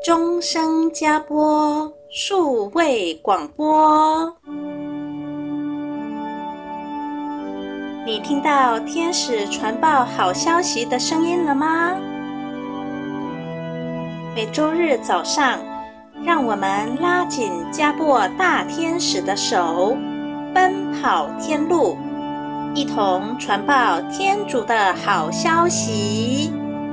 钟声加播数位广播。你听到天使传报好消息的声音了吗？每周日早上，让我们拉紧加播大天使的手，奔跑天路，一同传报天主的好消息。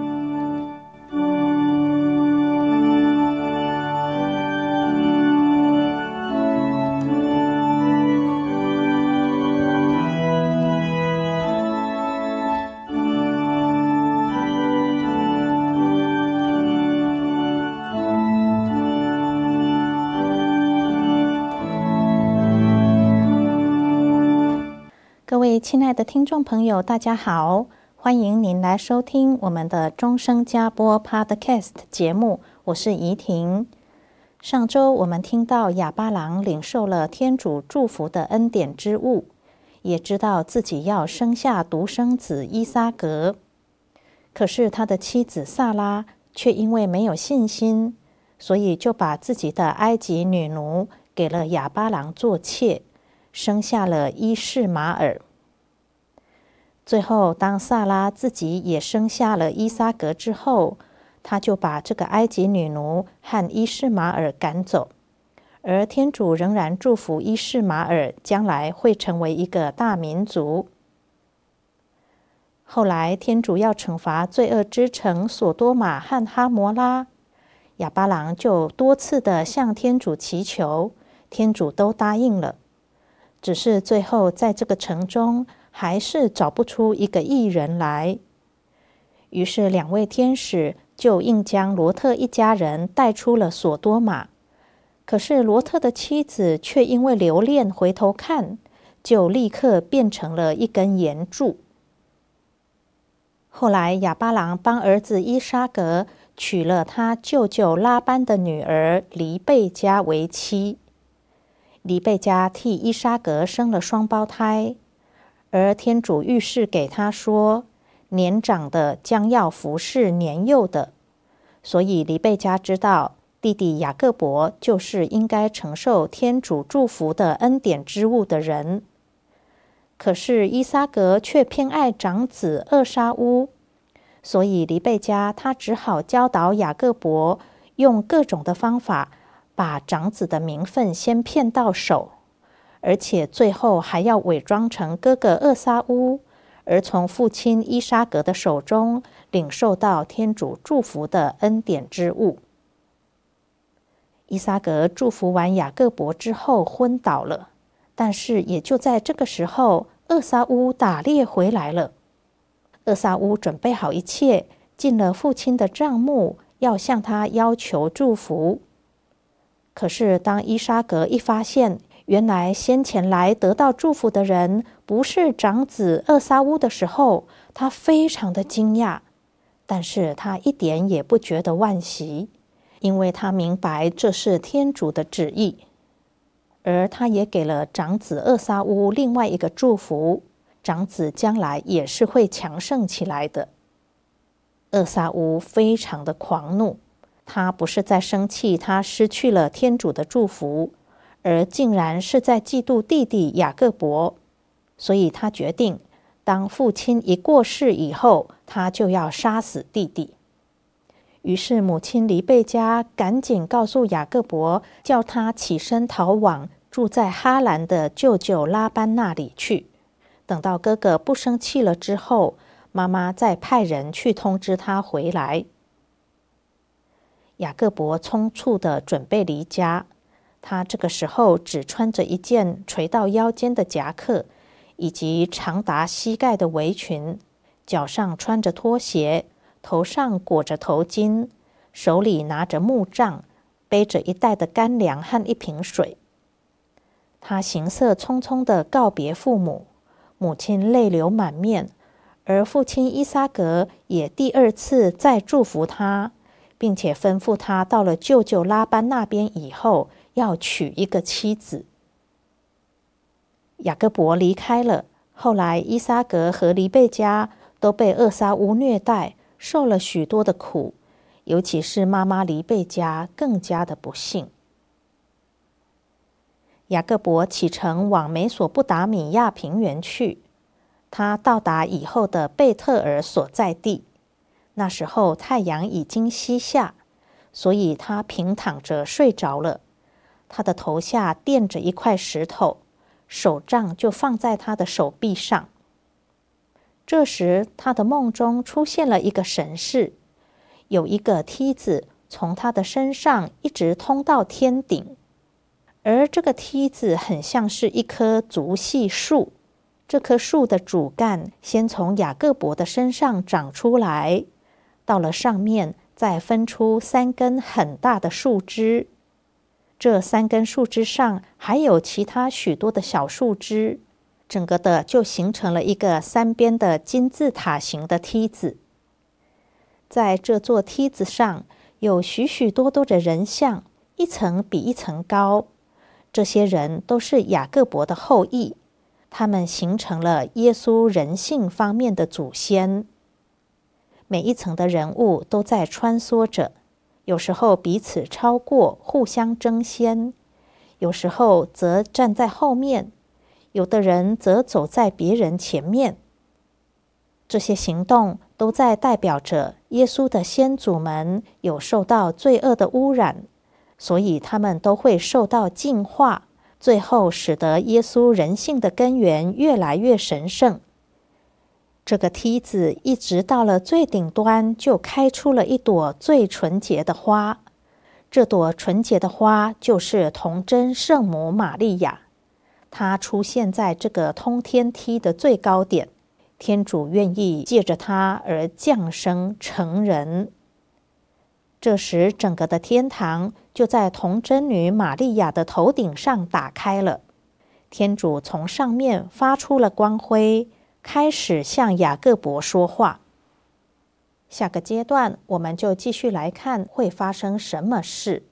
各位亲爱的听众朋友，大家好，欢迎您来收听我们的钟声加播 Podcast 节目，我是怡婷。上周我们听到亚巴郎领受了天主祝福的恩典之物，也知道自己要生下独生子依撒格。可是他的妻子萨拉却因为没有信心，所以就把自己的埃及女奴给了亚巴郎做妾，生下了伊士马尔。最后当萨拉自己也生下了依撒格之后，他就把这个埃及女奴和伊士马尔赶走，而天主仍然祝福伊士马尔将来会成为一个大民族。后来天主要惩罚罪恶之城索多玛和哈摩拉，亚巴郎就多次的向天主祈求，天主都答应了。只是最后在这个城中还是找不出一个义人来，于是两位天使就硬将罗特一家人带出了索多玛。可是罗特的妻子却因为留恋回头看，就立刻变成了一根岩柱。后来亚巴郎帮儿子依撒格娶了他舅舅拉班的女儿黎贝加为妻。黎贝加替依撒格生了双胞胎，而天主预示给他说，年长的将要服侍年幼的，所以黎贝加知道弟弟雅各伯就是应该承受天主祝福的恩典之物的人。可是依撒格却偏爱长子厄沙乌，所以黎贝加他只好教导雅各伯用各种的方法把长子的名分先骗到手，而且最后还要伪装成哥哥厄撒乌，而从父亲依撒格的手中领受到天主祝福的恩典之物。依撒格祝福完雅各伯之后昏倒了，但是也就在这个时候，厄撒乌打猎回来了。厄撒乌准备好一切，进了父亲的帐幕，要向他要求祝福。可是当依撒格一发现，原来先前来得到祝福的人不是长子厄撒乌的时候，他非常的惊讶，但是他一点也不觉得惋惜，因为他明白这是天主的旨意。而他也给了长子厄撒乌另外一个祝福，长子将来也是会强盛起来的。厄撒乌非常的狂怒，他不是在生气他失去了天主的祝福，而竟然是在嫉妒弟弟雅各伯，所以他决定当父亲一过世以后，他就要杀死弟弟。于是母亲黎贝加赶紧告诉雅各伯，叫他起身逃往住在哈兰的舅舅拉班那里去，等到哥哥不生气了之后，妈妈再派人去通知他回来。雅各伯匆促地准备离家，他这个时候只穿着一件垂到腰间的夹克，以及长达膝盖的围裙，脚上穿着拖鞋，头上裹着头巾，手里拿着木杖，背着一袋的干粮和一瓶水。他行色匆匆地告别父母，母亲泪流满面，而父亲依撒格也第二次再祝福他，并且吩咐他到了舅舅拉班那边以后，要娶一个妻子。雅各伯离开了，后来依撒格和黎贝加都被厄撒乌虐待，受了许多的苦， 尤其是妈妈黎贝加更加的不幸。雅各伯启程往美索不达米亚平原去，他到达以后的贝特尔所在地，那时候太阳已经西下，所以他平躺着睡着了。他的头下垫着一块石头，手杖就放在他的手臂上。这时他的梦中出现了一个神视，有一个梯子从他的身上一直通到天顶，而这个梯子很像是一棵竹细树，这棵树的主干先从雅各伯的身上长出来，到了上面再分出3根很大的树枝，这3根树枝上还有其他许多的小树枝，整个的就形成了一个3边的金字塔形的梯子。在这座梯子上有许许多多的人像，一层比一层高，这些人都是雅各伯的后裔，他们形成了耶稣人性方面的祖先。每一层的人物都在穿梭着，有时候彼此超过，互相争先，有时候则站在后面，有的人则走在别人前面。这些行动都在代表着耶稣的先祖们有受到罪恶的污染，所以他们都会受到净化，最后使得耶稣人性的根源越来越神圣。这个梯子一直到了最顶端，就开出了一朵最纯洁的花。这朵纯洁的花就是童真圣母玛利亚，她出现在这个通天梯的最高点，天主愿意借着她而降生成人。这时整个的天堂就在童真女玛利亚的头顶上打开了，天主从上面发出了光辉，开始向雅各伯说话。下个阶段我们就继续来看会发生什么事。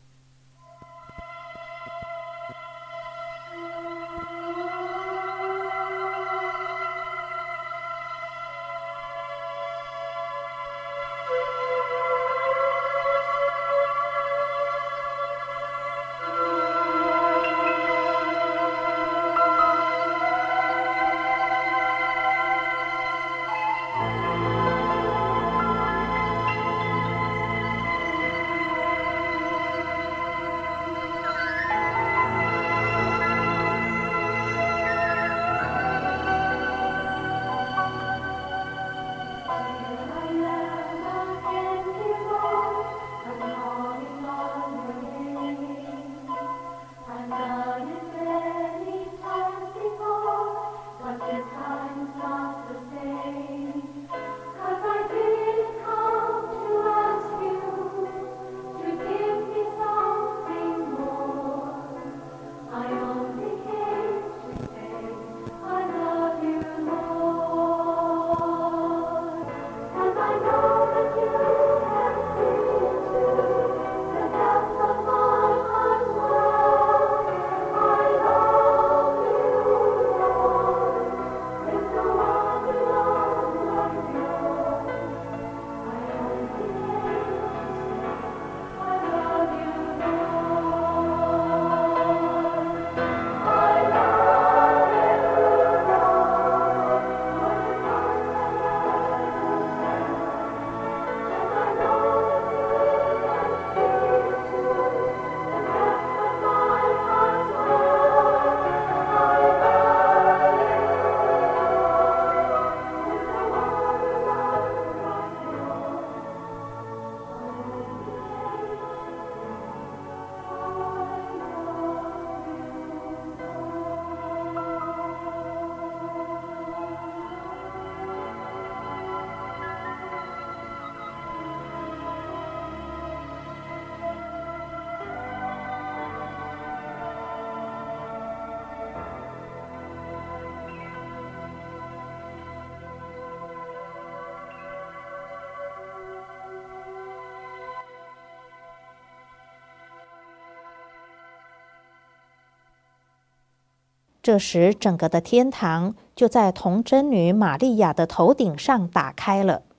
这时整个的天堂就在童真女玛利亚的头顶上打开了，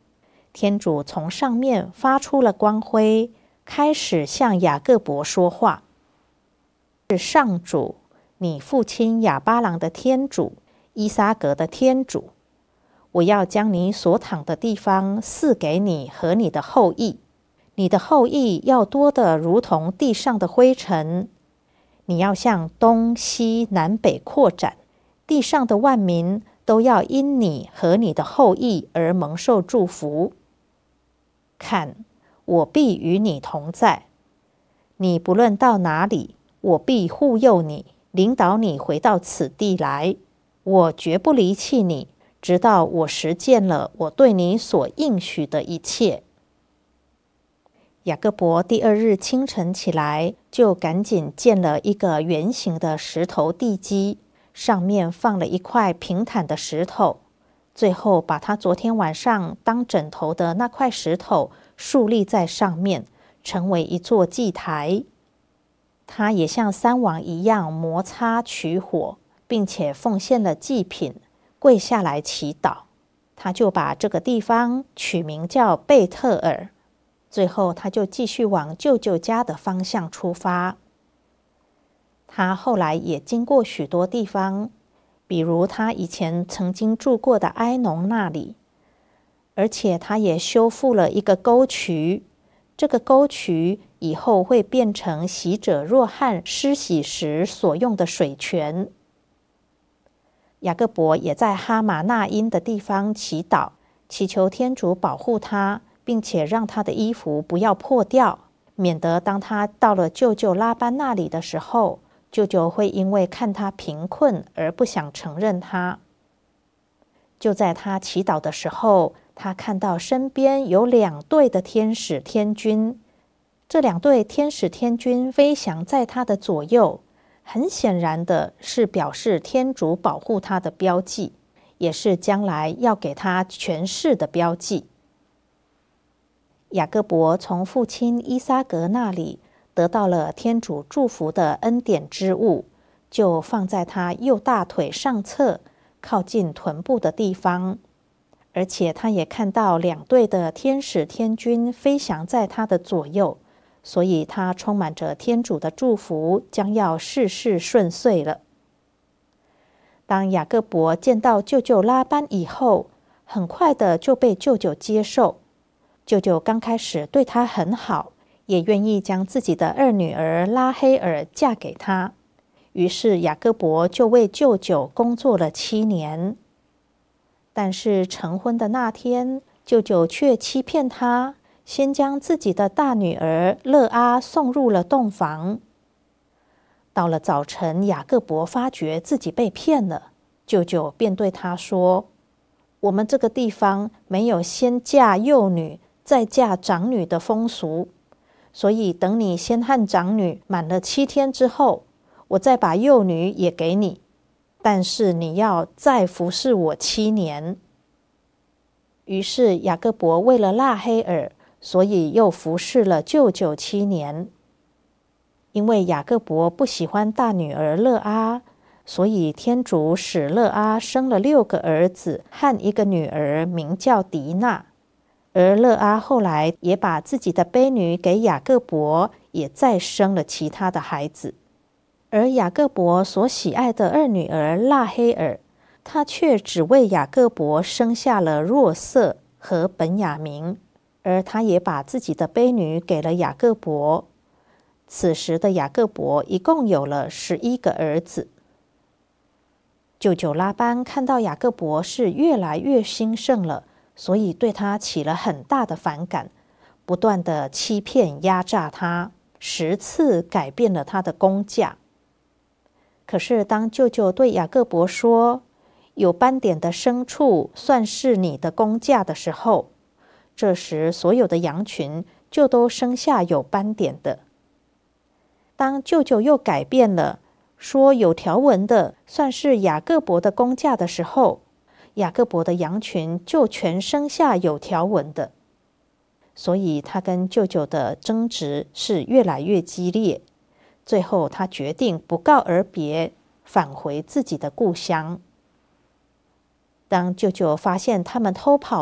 天主从上面发出了光辉，开始向雅各伯说话：是上主，你父亲亚巴郎的天主，依撒格的天主。我要将你所躺的地方赐给你和你的后裔，你的后裔要多得如同地上的灰尘。你要向东西南北扩展，地上的万民都要因你和你的后裔而蒙受祝福。看，我必与你同在，你不论到哪里，我必护佑你，领导你回到此地来。我绝不离弃你，直到我实践了我对你所应许的一切。雅各伯第二日清晨起来，就赶紧建了一个圆形的石头地基，上面放了一块平坦的石头，最后把他昨天晚上当枕头的那块石头竖立在上面，成为一座祭台。他也像三王一样摩擦取火，并且奉献了祭品，跪下来祈祷。他就把这个地方取名叫贝特尔。最后他就继续往舅舅家的方向出发。他后来也经过许多地方，比如他以前曾经住过的埃农那里，而且他也修复了一个沟渠，这个沟渠以后会变成洗者若翰施洗时所用的水泉。雅各伯也在哈马那因的地方祈祷，祈求天主保护他，并且让他的衣服不要破掉，免得当他到了舅舅拉班那里的时候，舅舅会因为看他贫困而不想承认他。就在他祈祷的时候，他看到身边有2队的天使天军，这2队天使天军飞翔在他的左右，很显然的是表示天主保护他的标记，也是将来要给他权势的标记。雅各伯从父亲依撒格那里得到了天主祝福的恩典之物，就放在他右大腿上侧靠近臀部的地方，而且他也看到2队的天使天军飞翔在他的左右，所以他充满着天主的祝福，将要事事顺遂了。当雅各伯见到舅舅拉班以后，很快的就被舅舅接受。舅舅刚开始对他很好，也愿意将自己的2女儿拉黑尔嫁给他。于是雅各伯就为舅舅工作了7年。但是成婚的那天，舅舅却欺骗他，先将自己的大女儿勒阿送入了洞房。到了早晨，雅各伯发觉自己被骗了，舅舅便对他说：我们这个地方没有先嫁幼女再嫁长女的风俗，所以等你先和长女满了7天之后，我再把幼女也给你，但是你要再服侍我7年。于是雅各伯为了拉黑尔，所以又服侍了舅舅7年。因为雅各伯不喜欢大女儿勒阿，所以天主使勒阿生了6个儿子和1个女儿，名叫迪娜。而勒阿后来也把自己的悲女给雅各伯，也再生了其他的孩子。而雅各伯所喜爱的2女儿拉黑尔，她却只为雅各伯生下了若瑟和本雅明，而她也把自己的悲女给了雅各伯。此时的雅各伯一共有了11个儿子。舅舅拉班看到雅各伯是越来越兴盛了，所以对他起了很大的反感，不断的欺骗压榨他，10次改变了他的工价。可是当舅舅对雅各伯说，有斑点的牲畜算是你的工价的时候，这时所有的羊群就都生下有斑点的。当舅舅又改变了，说有条纹的算是雅各伯的工价的时候，雅各伯的羊群就全生下有条纹的。所以他跟舅舅的争执是越来越激烈，最后他决定不告而别，返回自己的故乡。当舅舅发现他们偷跑了，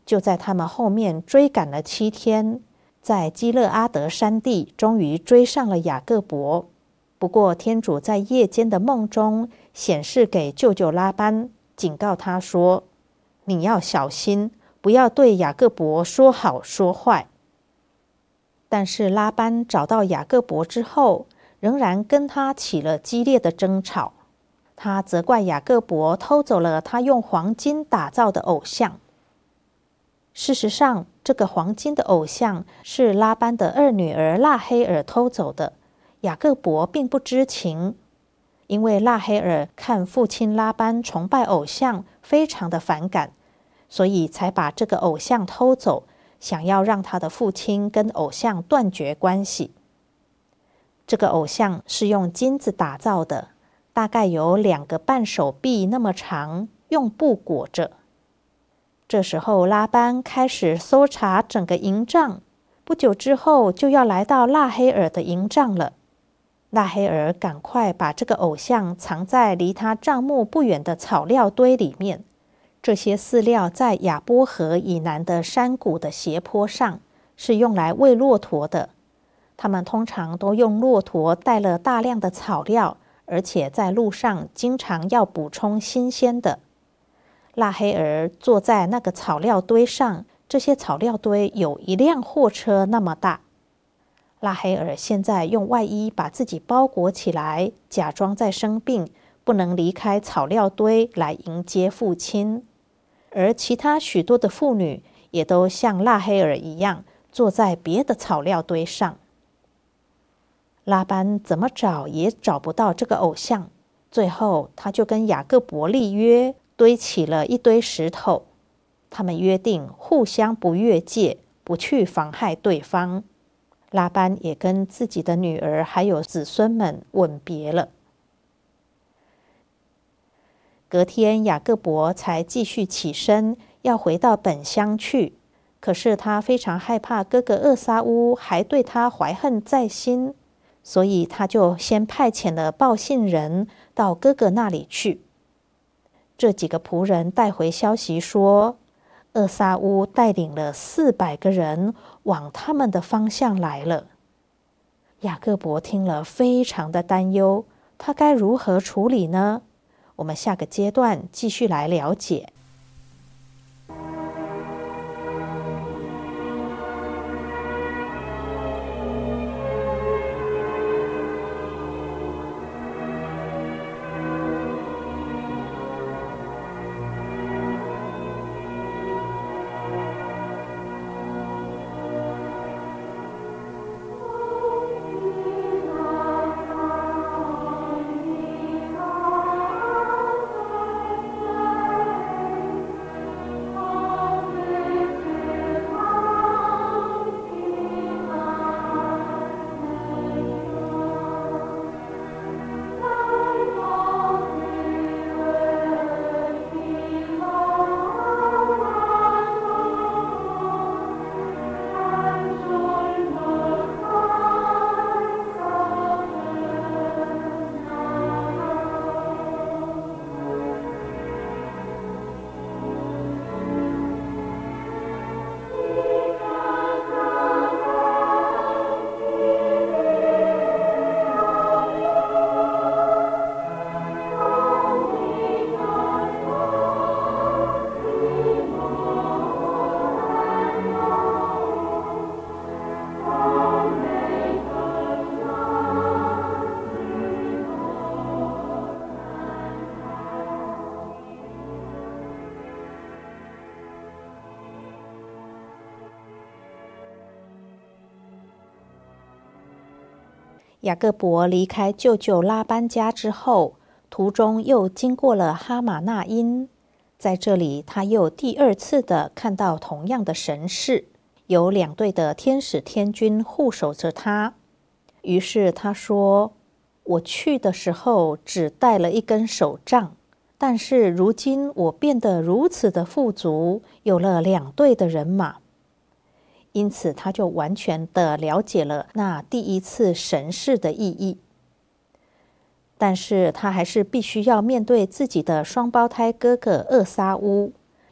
就在他们后面追赶了7天，在基勒阿德山地终于追上了雅各伯。不过天主在夜间的梦中显示给舅舅拉班，警告他说，你要小心，不要对雅各伯说好说坏。但是拉班找到雅各伯之后，仍然跟他起了激烈的争吵。他责怪雅各伯偷走了他用黄金打造的偶像。事实上，这个黄金的偶像是拉班的2女儿辣黑尔偷走的，雅各伯并不知情。因为辣黑尔看父亲拉班崇拜偶像非常的反感，所以才把这个偶像偷走，想要让他的父亲跟偶像断绝关系。这个偶像是用金子打造的，大概有2个半手臂那么长，用布裹着。这时候拉班开始搜查整个营帐，不久之后就要来到辣黑尔的营帐了。辣黑尔赶快把这个偶像藏在离他帐幕不远的草料堆里面。这些饲料在亚波河以南的山谷的斜坡上，是用来喂骆驼的。他们通常都用骆驼带了大量的草料，而且在路上经常要补充新鲜的。辣黑尔坐在那个草料堆上，这些草料堆有1辆货车那么大。辣黑尔现在用外衣把自己包裹起来，假装在生病，不能离开草料堆来迎接父亲。而其他许多的妇女也都像辣黑尔一样，坐在别的草料堆上。拉班怎么找也找不到这个偶像，最后他就跟雅各伯立约，堆起了一堆石头。他们约定互相不越界，不去妨害对方。拉班也跟自己的女儿还有子孙们吻别了。隔天，雅各伯才继续起身，要回到本乡去。可是他非常害怕哥哥厄撒乌还对他怀恨在心，所以他就先派遣了报信人到哥哥那里去。这几个仆人带回消息说，厄撒乌带领了400个人往他们的方向来了。雅各伯听了非常的担忧，他该如何处理呢？我们下个阶段继续来了解。雅各伯离开舅舅拉班家之后，途中又经过了哈马那因。在这里，他又第2次的看到同样的神事，有2队的天使天军护守着他。于是他说，我去的时候只带了1根手杖，但是如今我变得如此的富足，有了2队的人马。因此他就完全的了解了那第1次神事的意义。但是他还是必须要面对自己的双胞胎哥哥厄撒乌，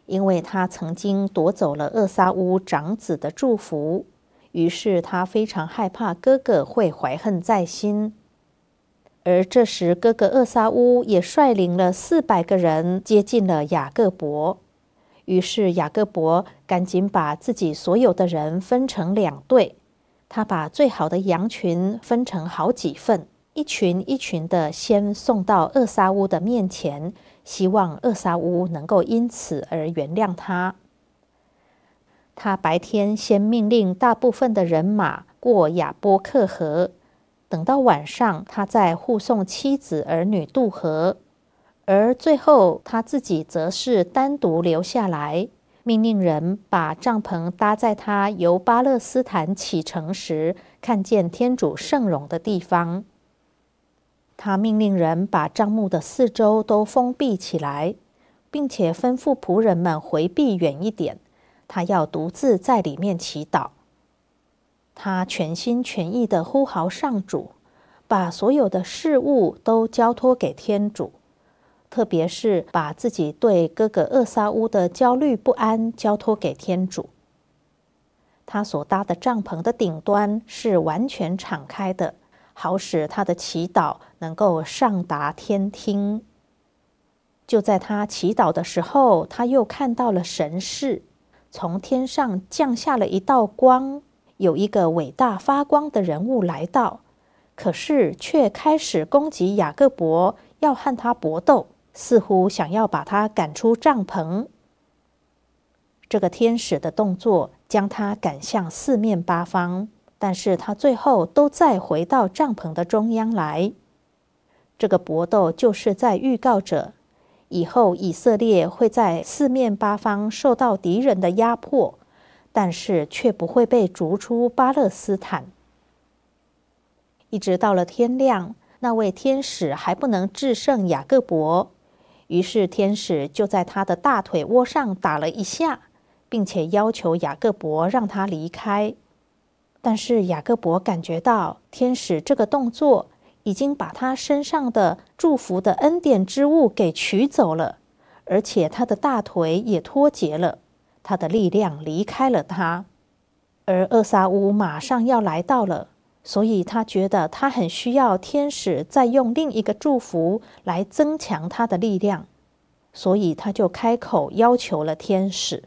因为他曾经夺走了厄撒乌长子的祝福，于是他非常害怕哥哥会怀恨在心。而这时哥哥厄撒乌也率领了400个人接近了雅各伯，于是雅各伯赶紧把自己所有的人分成2队，他把最好的羊群分成好几份，一群一群的先送到厄撒乌的面前，希望厄撒乌能够因此而原谅他。他白天先命令大部分的人马过雅波克河，等到晚上他再护送妻子儿女渡河，而最后他自己则是单独留下来，命令人把帐篷搭在他由巴勒斯坦启程时看见天主圣容的地方。他命令人把帐幕的4周都封闭起来，并且吩咐仆人们回避远一点，他要独自在里面祈祷。他全心全意地呼号上主，把所有的事物都交托给天主，特别是把自己对哥哥厄撒乌的焦虑不安交托给天主。他所搭的帐篷的顶端是完全敞开的，好使他的祈祷能够上达天听。就在他祈祷的时候，他又看到了神视，从天上降下了一道光，有一个伟大发光的人物来到，可是却开始攻击雅各伯，要和他搏斗，似乎想要把他赶出帐篷。这个天使的动作将他赶向4面8方，但是他最后都再回到帐篷的中央来。这个搏斗就是在预告着，以后以色列会在4面8方受到敌人的压迫，但是却不会被逐出巴勒斯坦。一直到了天亮，那位天使还不能制胜雅各伯，于是天使就在他的大腿窝上打了一下，并且要求雅各伯让他离开。但是雅各伯感觉到天使这个动作已经把他身上的祝福的恩典之物给取走了，而且他的大腿也脱节了，他的力量离开了他。而厄撒乌马上要来到了，所以他觉得他很需要天使再用另一个祝福来增强他的力量，所以他就开口要求了天使。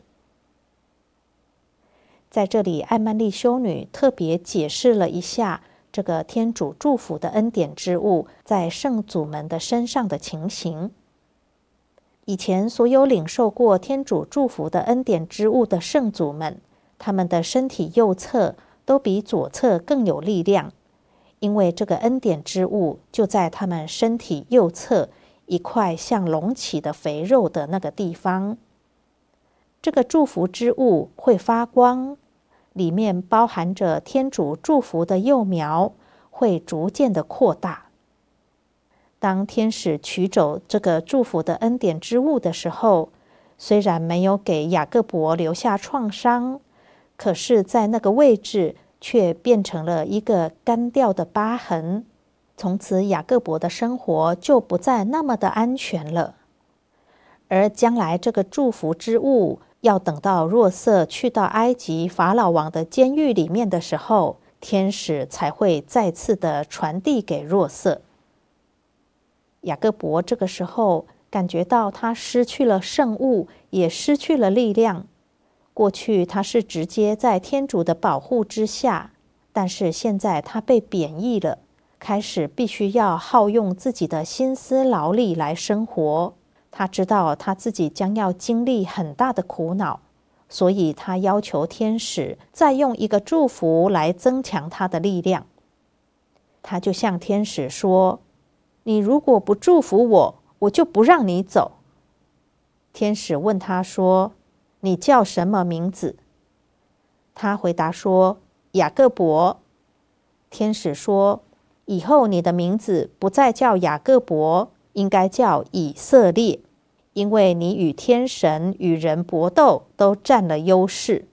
在这里，艾曼丽修女特别解释了一下这个天主祝福的恩典之物在圣祖们的身上的情形。以前所有领受过天主祝福的恩典之物的圣祖们，他们的身体右侧都比左侧更有力量，因为这个恩典之物就在他们身体右侧一块像隆起的肥肉的那个地方。这个祝福之物会发光，里面包含着天主祝福的幼苗，会逐渐的扩大。当天使取走这个祝福的恩典之物的时候，虽然没有给雅各伯留下创伤，可是在那个位置却变成了一个干掉的疤痕。从此雅各伯的生活就不再那么的安全了。而将来这个祝福之物要等到若瑟去到埃及法老王的监狱里面的时候，天使才会再次的传递给若瑟。雅各伯这个时候感觉到他失去了圣物，也失去了力量。过去他是直接在天主的保护之下，但是现在他被贬义了，开始必须要耗用自己的心思劳力来生活。他知道他自己将要经历很大的苦恼，所以他要求天使再用一个祝福来增强他的力量。他就向天使说：你如果不祝福我，我就不让你走。天使问他说：你叫什么名字？他回答说：雅各伯。天使说：以后你的名字不再叫雅各伯，应该叫以色列，因为你与天神与人搏斗都占了优势。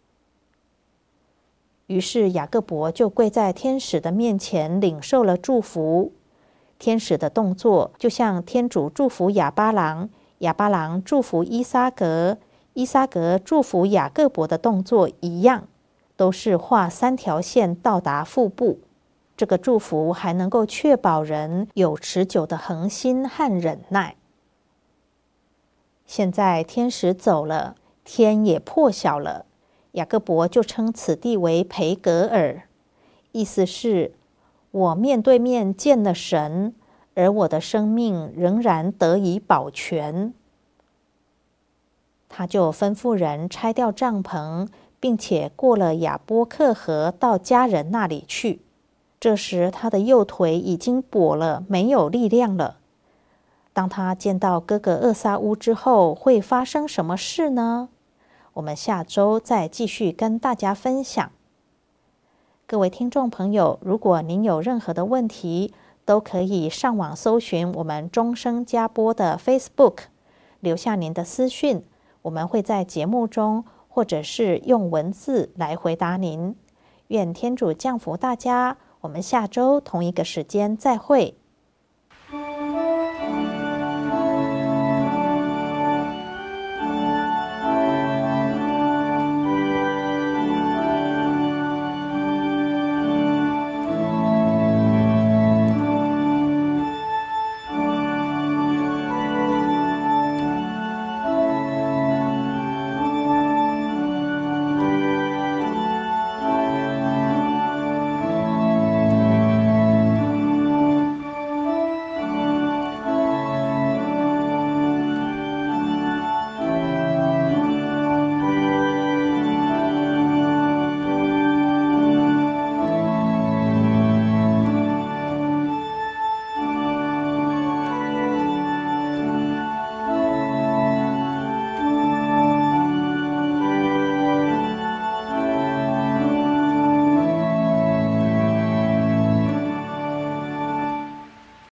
于是雅各伯就跪在天使的面前领受了祝福。天使的动作就像天主祝福亚巴郎，亚巴郎祝福伊撒格， 依撒格祝福雅各伯的动作一样，都是画3条线到达腹部。这个祝福还能够确保人有持久的恒心和忍耐。现在天使走了，天也破晓了，雅各伯就称此地为培格尔，意思是我面对面见了神，而我的生命仍然得以保全。他就吩咐人拆掉帐篷，并且过了雅波克河到家人那里去。这时他的右腿已经跛了，没有力量了。当他见到哥哥厄撒乌之后，会发生什么事呢？我们下周再继续跟大家分享。各位听众朋友，如果您有任何的问题，都可以上网搜寻我们终生加播的 Facebook， 留下您的私讯，我们会在节目中或者是用文字来回答您。愿天主降福大家，我们下周同一个时间再会。